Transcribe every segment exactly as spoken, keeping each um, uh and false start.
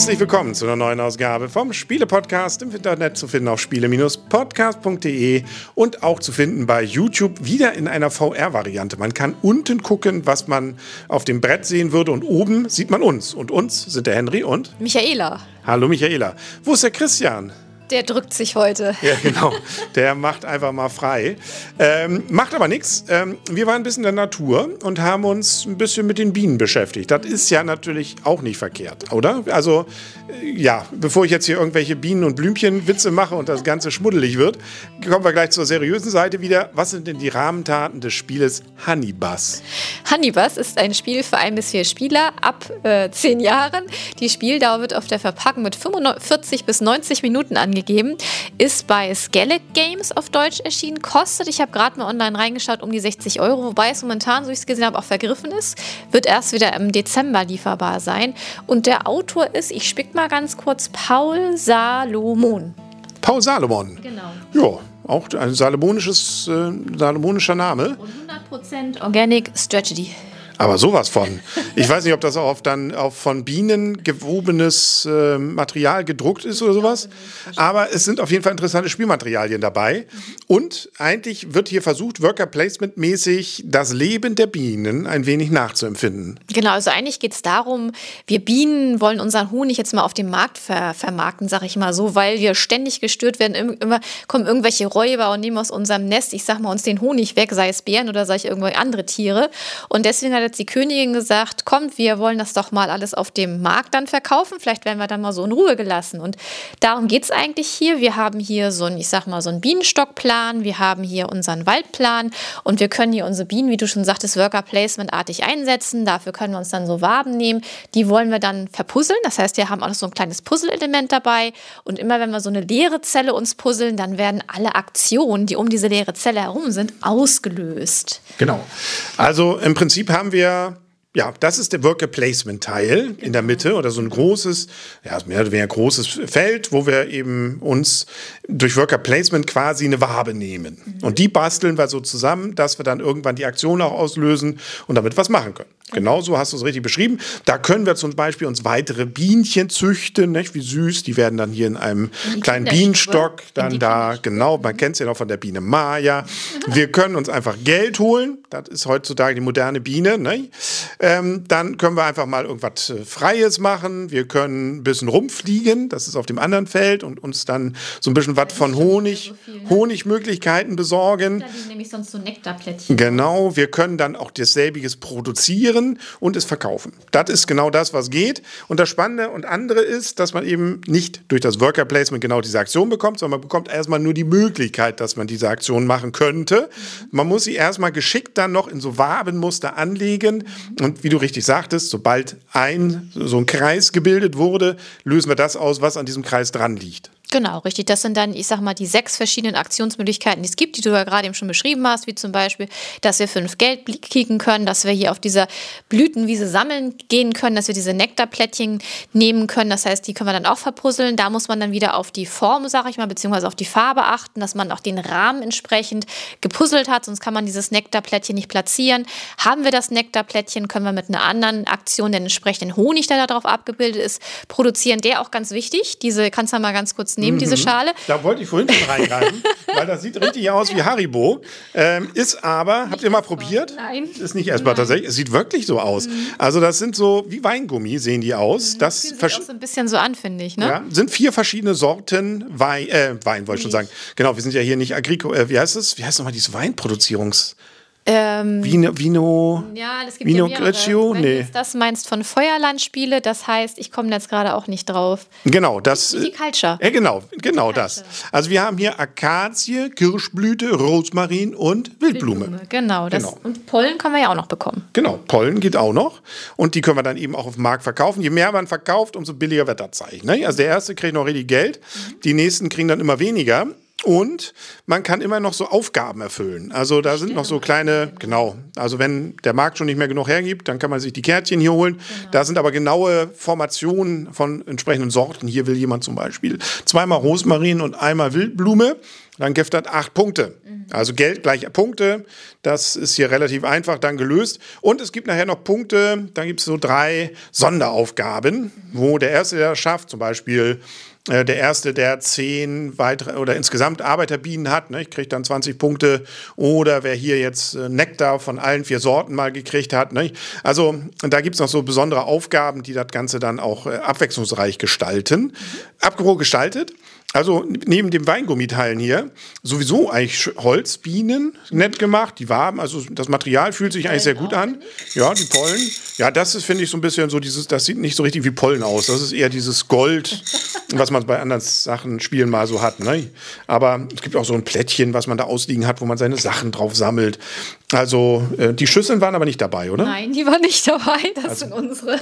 Herzlich willkommen zu einer neuen Ausgabe vom Spiele-Podcast, im Internet zu finden auf spiele Podcast punkt de und auch zu finden bei YouTube, wieder in einer V R-Variante. Man kann unten gucken, was man auf dem Brett sehen würde, und oben sieht man uns. Und uns sind der Henry und Michaela. Hallo Michaela. Wo ist der Christian? Der drückt sich heute. Ja, genau. Der macht einfach mal frei. Ähm, macht aber nichts. Ähm, wir waren ein bisschen in der Natur und haben uns ein bisschen mit den Bienen beschäftigt. Das ist ja natürlich auch nicht verkehrt, oder? Also, äh, ja, bevor ich jetzt hier irgendwelche Bienen- und Blümchen-Witze mache und das Ganze schmuddelig wird, kommen wir gleich zur seriösen Seite wieder. Was sind denn die Rahmentaten des Spieles Honeybuzz? Honeybuzz ist ein Spiel für ein bis vier Spieler ab äh, zehn Jahren. Die Spieldauer wird auf der Verpackung mit fünfundvierzig bis neunzig Minuten angegeben. Ist bei Skellig Games auf Deutsch erschienen. Kostet, ich habe gerade mal online reingeschaut, um die sechzig Euro. Wobei es momentan, so ich es gesehen habe, auch vergriffen ist. Wird erst wieder im Dezember lieferbar sein. Und der Autor ist, ich spick mal ganz kurz, Paul Salomon. Paul Salomon. Genau. Ja, auch ein salomonisches, äh, salomonischer Name. Und hundert Prozent Organic Strategy. Aber sowas von. Ich weiß nicht, ob das auch auf, dann auf von Bienen gewobenes äh, Material gedruckt ist oder sowas. Aber es sind auf jeden Fall interessante Spielmaterialien dabei. Und eigentlich wird hier versucht, Worker-Placement-mäßig das Leben der Bienen ein wenig nachzuempfinden. Genau, also eigentlich geht es darum, wir Bienen wollen unseren Honig jetzt mal auf dem Markt ver vermarkten, sag ich mal so, weil wir ständig gestört werden. Immer kommen irgendwelche Räuber und nehmen aus unserem Nest, ich sag mal, uns den Honig weg, sei es Bären oder sei es irgendwelche andere Tiere. Und deswegen hat jetzt die Königin gesagt, kommt, wir wollen das doch mal alles auf dem Markt dann verkaufen. Vielleicht werden wir dann mal so in Ruhe gelassen. Und darum geht es eigentlich hier. Wir haben hier so einen, ich sag mal, so einen Bienenstockplan. Wir haben hier unseren Waldplan. Und wir können hier unsere Bienen, wie du schon sagtest, Worker-Placement-artig einsetzen. Dafür können wir uns dann so Waben nehmen. Die wollen wir dann verpuzzeln. Das heißt, wir haben auch noch so ein kleines Puzzle-Element dabei. Und immer wenn wir so eine leere Zelle uns puzzeln, dann werden alle Aktionen, die um diese leere Zelle herum sind, ausgelöst. Genau. Also im Prinzip haben wir, ja, das ist der Worker-Placement-Teil in der Mitte oder so ein großes, ja, mehr oder weniger großes Feld, wo wir eben uns durch Worker-Placement quasi eine Wabe nehmen. Mhm. Und die basteln wir so zusammen, dass wir dann irgendwann die Aktion auch auslösen und damit was machen können. Mhm. Genau so hast du es richtig beschrieben. Da können wir zum Beispiel uns weitere Bienchen züchten, nicht? Wie süß. Die werden dann hier in einem in kleinen Bienenstock dann da, genau, man kennt es ja noch von der Biene Maya. Wir können uns einfach Geld holen. Das ist heutzutage die moderne Biene, ne? Ähm, dann können wir einfach mal irgendwas äh, Freies machen. Wir können ein bisschen rumfliegen, das ist auf dem anderen Feld, und uns dann so ein bisschen was von Honig, so viel, ne? Honigmöglichkeiten besorgen. Da liegen nämlich sonst so Nektarplättchen. Genau, wir können dann auch dasselbiges produzieren und es verkaufen. Das ist genau das, was geht. Und das Spannende und andere ist, dass man eben nicht durch das Worker Placement genau diese Aktion bekommt, sondern man bekommt erstmal nur die Möglichkeit, dass man diese Aktion machen könnte. Mhm. Man muss sie erstmal geschickt dann noch in so Wabenmuster anlegen. Und wie du richtig sagtest, sobald ein so ein Kreis gebildet wurde, lösen wir das aus, was an diesem Kreis dran liegt. Genau, richtig. Das sind dann, ich sag mal, die sechs verschiedenen Aktionsmöglichkeiten, die es gibt, die du ja gerade eben schon beschrieben hast, wie zum Beispiel, dass wir fünf Geld kriegen können, dass wir hier auf dieser Blütenwiese sammeln gehen können, dass wir diese Nektarplättchen nehmen können. Das heißt, die können wir dann auch verpuzzeln. Da muss man dann wieder auf die Form, sag ich mal, beziehungsweise auf die Farbe achten, dass man auch den Rahmen entsprechend gepuzzelt hat, sonst kann man dieses Nektarplättchen nicht platzieren. Haben wir das Nektarplättchen, können wir mit einer anderen Aktion den entsprechenden Honig, der darauf abgebildet ist, produzieren. Der auch ganz wichtig. Diese kannst du mal ganz kurz nehmen, diese Schale. Da wollte ich vorhin schon reingreifen, weil das sieht richtig aus wie Haribo. Ähm, ist aber, nicht habt ihr mal probiert? Nein. Ist nicht erstmal tatsächlich, es sieht wirklich so aus. Mhm. Also das sind so, wie Weingummi sehen die aus. Mhm. Das sieht auch so ein bisschen so an, finde ich. Ne? Ja, sind vier verschiedene Sorten Wein, äh, Wein wollte ich schon sagen. Genau, wir sind ja hier nicht Agriko, äh, wie heißt es? Wie heißt nochmal dieses Weinproduzierungs... Ähm, Vino, Vino, ja, das gibt Vino ja mehrere. Grigio? Wenn Nee. du jetzt das meinst von Feuerlandspiele, das heißt, ich komme jetzt gerade auch nicht drauf. Genau, das. Viticulture. Äh, genau, genau das. Also wir haben hier Akazie, Kirschblüte, Rosmarin und Wildblume. Wildblume, genau, das, genau. Und Pollen können wir ja auch noch bekommen. Genau, Pollen geht auch noch. Und die können wir dann eben auch auf dem Markt verkaufen. Je mehr man verkauft, umso billiger wird das Zeug. Ne? Also der erste kriegt noch richtig Geld, mhm. die nächsten kriegen dann immer weniger. Und man kann immer noch so Aufgaben erfüllen. Also da sind noch so kleine, genau, also wenn der Markt schon nicht mehr genug hergibt, dann kann man sich die Kärtchen hier holen. Genau. Da sind aber genaue Formationen von entsprechenden Sorten. Hier will jemand zum Beispiel zweimal Rosmarin und einmal Wildblume. dann gibt das acht Punkte. Mhm. Also Geld gleich Punkte. Das ist hier relativ einfach dann gelöst. Und es gibt nachher noch Punkte, dann gibt es so drei Sonderaufgaben, mhm. wo der Erste, der das schafft, zum Beispiel äh, der Erste, der zehn weitere oder insgesamt Arbeiterbienen hat, ne, kriegt dann zwanzig Punkte. Oder wer hier jetzt äh, Nektar von allen vier Sorten mal gekriegt hat. Ne. Also da gibt es noch so besondere Aufgaben, die das Ganze dann auch äh, abwechslungsreich gestalten. Mhm. Apropos gestaltet. Also neben dem Weingummiteilen hier sowieso eigentlich Holzbienen nett gemacht, die warm, also das Material fühlt sich eigentlich sehr gut an. Ja, die Pollen. Ja, das ist, finde ich, so ein bisschen so dieses, das sieht nicht so richtig wie Pollen aus. Das ist eher dieses Gold, was man bei anderen Sachen, Spielen mal so hat. Ne? Aber es gibt auch so ein Plättchen, was man da ausliegen hat, wo man seine Sachen drauf sammelt. Also äh, die Schüsseln waren aber nicht dabei, oder? Nein, die waren nicht dabei. Das also, sind unsere.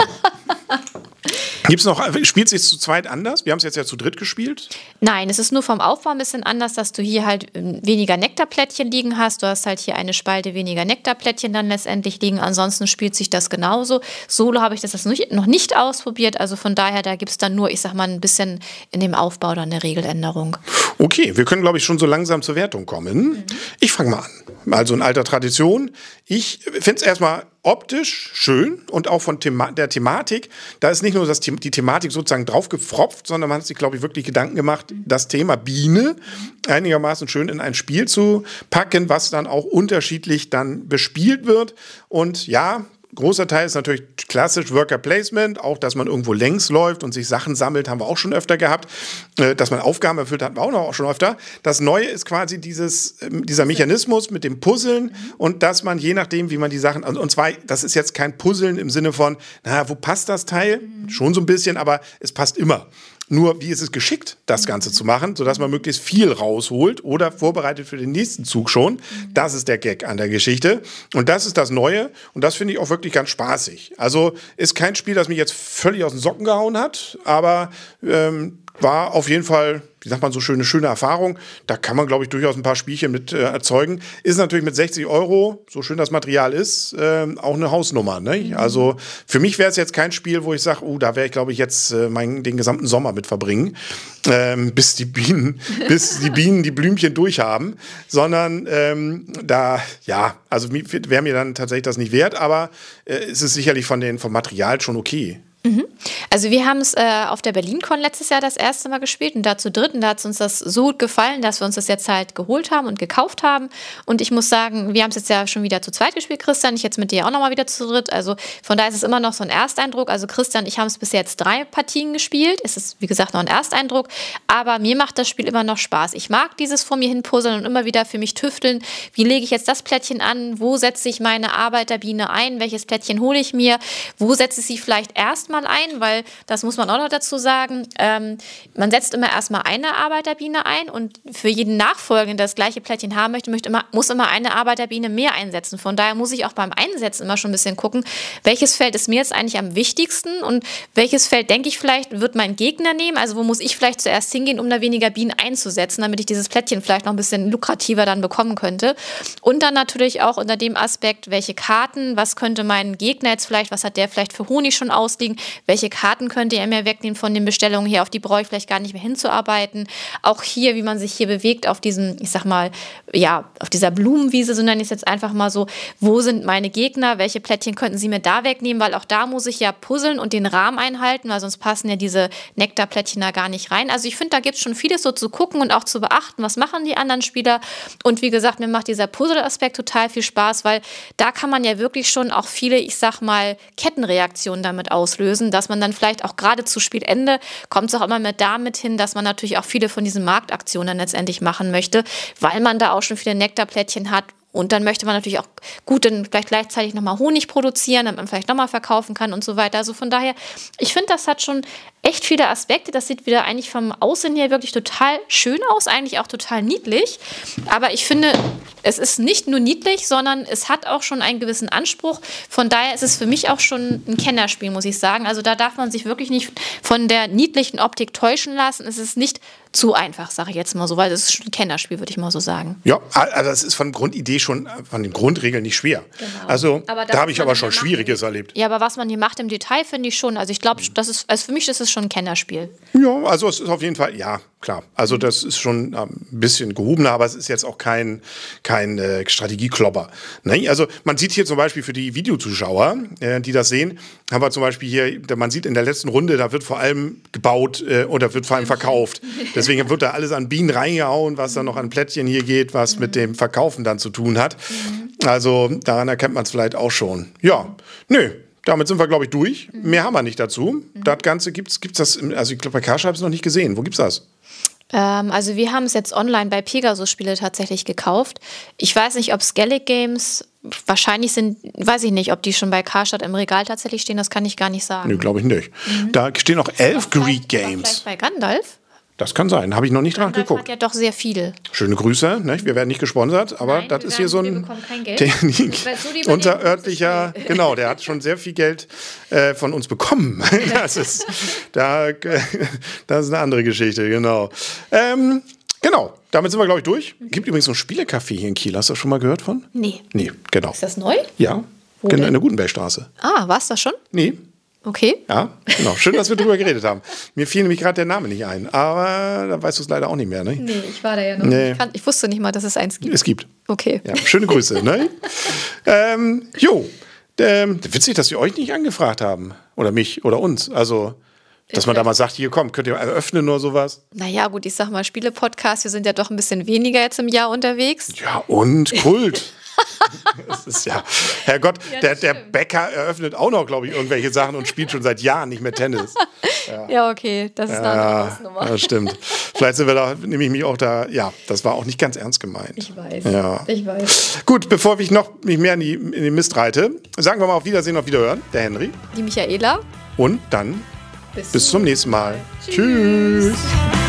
Gibt's noch, spielt es sich zu zweit anders? Wir haben es jetzt ja zu dritt gespielt. Nein, es ist nur vom Aufbau ein bisschen anders, dass du hier halt weniger Nektarplättchen liegen hast. Du hast halt hier eine Spalte weniger Nektarplättchen dann letztendlich liegen. Ansonsten spielt sich das genauso. Solo habe ich das noch nicht ausprobiert. Also von daher, da gibt es dann nur, ich sag mal, ein bisschen in dem Aufbau dann eine Regeländerung. Okay, wir können, glaube ich, schon so langsam zur Wertung kommen. Mhm. Ich fange mal an. Also in alter Tradition. Ich finde es erstmal optisch schön und auch von Thema- der Thematik. Da ist nicht nur das, die Thematik sozusagen draufgepfropft, sondern man hat sich, glaube ich, wirklich Gedanken gemacht, das Thema Biene einigermaßen schön in ein Spiel zu packen, was dann auch unterschiedlich dann bespielt wird. Und ja, großer Teil ist natürlich klassisch Worker Placement, auch dass man irgendwo längs läuft und sich Sachen sammelt, haben wir auch schon öfter gehabt. Äh, dass man Aufgaben erfüllt, hatten wir auch noch auch schon öfter. Das Neue ist quasi dieses, äh, dieser Mechanismus mit dem Puzzeln mhm. und dass man je nachdem, wie man die Sachen, und zwar, das ist jetzt kein Puzzeln im Sinne von, na, wo passt das Teil? Mhm. Schon so ein bisschen, aber es passt immer. Nur, wie ist es geschickt, das Ganze zu machen, sodass man möglichst viel rausholt oder vorbereitet für den nächsten Zug schon. Das ist der Gag an der Geschichte. Und das ist das Neue. Und das finde ich auch wirklich ganz spaßig. Also ist kein Spiel, das mich jetzt völlig aus den Socken gehauen hat, aber ähm, war auf jeden Fall, wie sagt man, so schöne, schöne Erfahrung. Da kann man, glaube ich, durchaus ein paar Spielchen mit äh, erzeugen. Ist natürlich mit sechzig Euro, so schön das Material ist, äh, auch eine Hausnummer. Ne? Mhm. Also für mich wäre es jetzt kein Spiel, wo ich sage, oh, da werde ich, glaube ich, jetzt äh, meinen, den gesamten Sommer mit verbringen, ähm, bis die Bienen, bis die Bienen die Blümchen durchhaben. Sondern ähm, da, ja, also wäre mir dann tatsächlich das nicht wert, aber äh, es ist sicherlich von den, vom Material schon okay. Mhm. Also wir haben es äh, auf der BerlinCon letztes Jahr das erste Mal gespielt und da zu dritt und da hat es uns das so gut gefallen, dass wir uns das jetzt halt geholt haben und gekauft haben und ich muss sagen, wir haben es jetzt ja schon wieder zu zweit gespielt, Christian, ich jetzt mit dir auch nochmal wieder zu dritt, also von daher ist es immer noch so ein Ersteindruck, also Christian und ich haben es bisher jetzt drei Partien gespielt, es ist wie gesagt noch ein Ersteindruck, aber mir macht das Spiel immer noch Spaß. Ich mag dieses vor mir hin puzzeln und immer wieder für mich tüfteln, wie lege ich jetzt das Plättchen an, wo setze ich meine Arbeiterbiene ein, welches Plättchen hole ich mir, wo setze ich sie vielleicht erstmal ein, weil das muss man auch noch dazu sagen, ähm, man setzt immer erstmal eine Arbeiterbiene ein und für jeden Nachfolgenden, der das gleiche Plättchen haben möchte, möchte immer, muss immer eine Arbeiterbiene mehr einsetzen. Von daher muss ich auch beim Einsetzen immer schon ein bisschen gucken, welches Feld ist mir jetzt eigentlich am wichtigsten und welches Feld, denke ich vielleicht, wird mein Gegner nehmen, also wo muss ich vielleicht zuerst hingehen, um da weniger Bienen einzusetzen, damit ich dieses Plättchen vielleicht noch ein bisschen lukrativer dann bekommen könnte. Und dann natürlich auch unter dem Aspekt, welche Karten, was könnte mein Gegner jetzt vielleicht, was hat der vielleicht für Honig schon ausliegen, welche Karten könnte er mir wegnehmen von den Bestellungen her, auf die brauche ich vielleicht gar nicht mehr hinzuarbeiten. Auch hier, wie man sich hier bewegt auf diesem, ich sag mal, ja, auf dieser Blumenwiese, so nenne ich es jetzt einfach mal so, wo sind meine Gegner, welche Plättchen könnten sie mir da wegnehmen, weil auch da muss ich ja puzzeln und den Rahmen einhalten, weil sonst passen ja diese Nektarplättchen da gar nicht rein. Also ich finde, da gibt es schon vieles so zu gucken und auch zu beachten, was machen die anderen Spieler. Und wie gesagt, mir macht dieser Puzzle-Aspekt total viel Spaß, weil da kann man ja wirklich schon auch viele, ich sag mal, Kettenreaktionen damit auslösen, dass man dann vielleicht auch gerade zu Spielende kommt es auch immer mit damit hin, dass man natürlich auch viele von diesen Marktaktionen dann letztendlich machen möchte, weil man da auch schon viele Nektarplättchen hat. Und dann möchte man natürlich auch gut dann vielleicht gleichzeitig nochmal Honig produzieren, damit man vielleicht nochmal verkaufen kann und so weiter. Also von daher, ich finde, das hat schon echt viele Aspekte. Das sieht wieder eigentlich vom Aussehen her wirklich total schön aus, eigentlich auch total niedlich. Aber ich finde, es ist nicht nur niedlich, sondern es hat auch schon einen gewissen Anspruch. Von daher ist es für mich auch schon ein Kennerspiel, muss ich sagen. Also da darf man sich wirklich nicht von der niedlichen Optik täuschen lassen. Es ist nicht zu einfach, sage ich jetzt mal so, weil es ist schon ein Kennerspiel, würde ich mal so sagen. Ja, also das ist von Grundidee schon, von den Grundregeln nicht schwer. Genau. Also da habe ich aber schon Schwieriges erlebt. Ja, aber was man hier macht im Detail, finde ich schon. Also ich glaube, das ist, also für mich ist es schon ein Kennerspiel. Ja, also es ist auf jeden Fall, ja, klar. Also das ist schon ein bisschen gehobener, aber es ist jetzt auch kein, kein äh, Strategieklopper. Ne? Also man sieht hier zum Beispiel für die Videozuschauer, äh, die das sehen, haben wir zum Beispiel hier, man sieht in der letzten Runde, da wird vor allem gebaut äh, oder wird vor allem verkauft. Deswegen wird da alles an Bienen reingehauen, was dann noch an Plättchen hier geht, was mhm. mit dem Verkaufen dann zu tun hat. Mhm. Also daran erkennt man es vielleicht auch schon. Ja, nö. Damit sind wir, glaube ich, durch. Mhm. Mehr haben wir nicht dazu. Mhm. Das Ganze gibt es das, also ich glaube, bei Karstadt habe ich es noch nicht gesehen. Wo gibt's das? Ähm, also wir haben es jetzt online bei Pegasus Spiele tatsächlich gekauft. Ich weiß nicht, ob Skellig Games, wahrscheinlich sind, weiß ich nicht, ob die schon bei Karstadt im Regal tatsächlich stehen, das kann ich gar nicht sagen. Nee, glaube ich nicht. Mhm. Da stehen auch elf Greek Games. Vielleicht bei Gandalf? Das kann sein, habe ich noch nicht dran geguckt. Hat ja doch sehr viel. Schöne Grüße, ne? Wir werden nicht gesponsert, aber Nein, das ist werden, hier so ein wir bekommen kein Geld. unser örtlicher, genau, der hat schon sehr viel Geld äh, von uns bekommen. Das ist, da, das ist eine andere Geschichte, genau. Ähm, genau, damit sind wir, glaube ich, durch. Gibt übrigens so ein Spielecafé hier in Kiel, hast du das schon mal gehört von? Nee. Nee, genau. Ist das neu? Ja, Wo genau, denn? in der Gutenbergstraße. Ah, war es das schon? Nee. Okay. Ja, genau. Schön, dass wir drüber geredet haben. Mir fiel nämlich gerade der Name nicht ein, aber da weißt du es leider auch nicht mehr, ne? Nee, ich war da ja noch nee. nicht. Ich, kann, ich wusste nicht mal, dass es eins gibt. Es gibt. Okay. Ja, schöne Grüße, ne? ähm, jo, ähm, witzig, dass wir euch nicht angefragt haben. Oder mich oder uns. Also, dass man da mal sagt, hier komm, könnt ihr eröffnen oder sowas? Naja, gut, ich sag mal, Spiele-Podcast, wir sind ja doch ein bisschen weniger jetzt im Jahr unterwegs. Ja, und Kult. Das ist ja, Herrgott, ja, der, der Bäcker eröffnet auch noch, glaube ich, irgendwelche Sachen und spielt schon seit Jahren nicht mehr Tennis. Ja, ja okay, das ist eine ja, andere Nummer. Ja, stimmt. Vielleicht sind wir da, nehme ich mich auch da, ja, das war auch nicht ganz ernst gemeint. Ich weiß, ja. ich weiß. Gut, bevor ich noch mich mehr in, die, in den Mist reite, sagen wir mal auf Wiedersehen, auf Wiederhören, der Henry. Die Michaela. Und dann bis, bis zum nächsten Mal. Mal. Tschüss. Tschüss.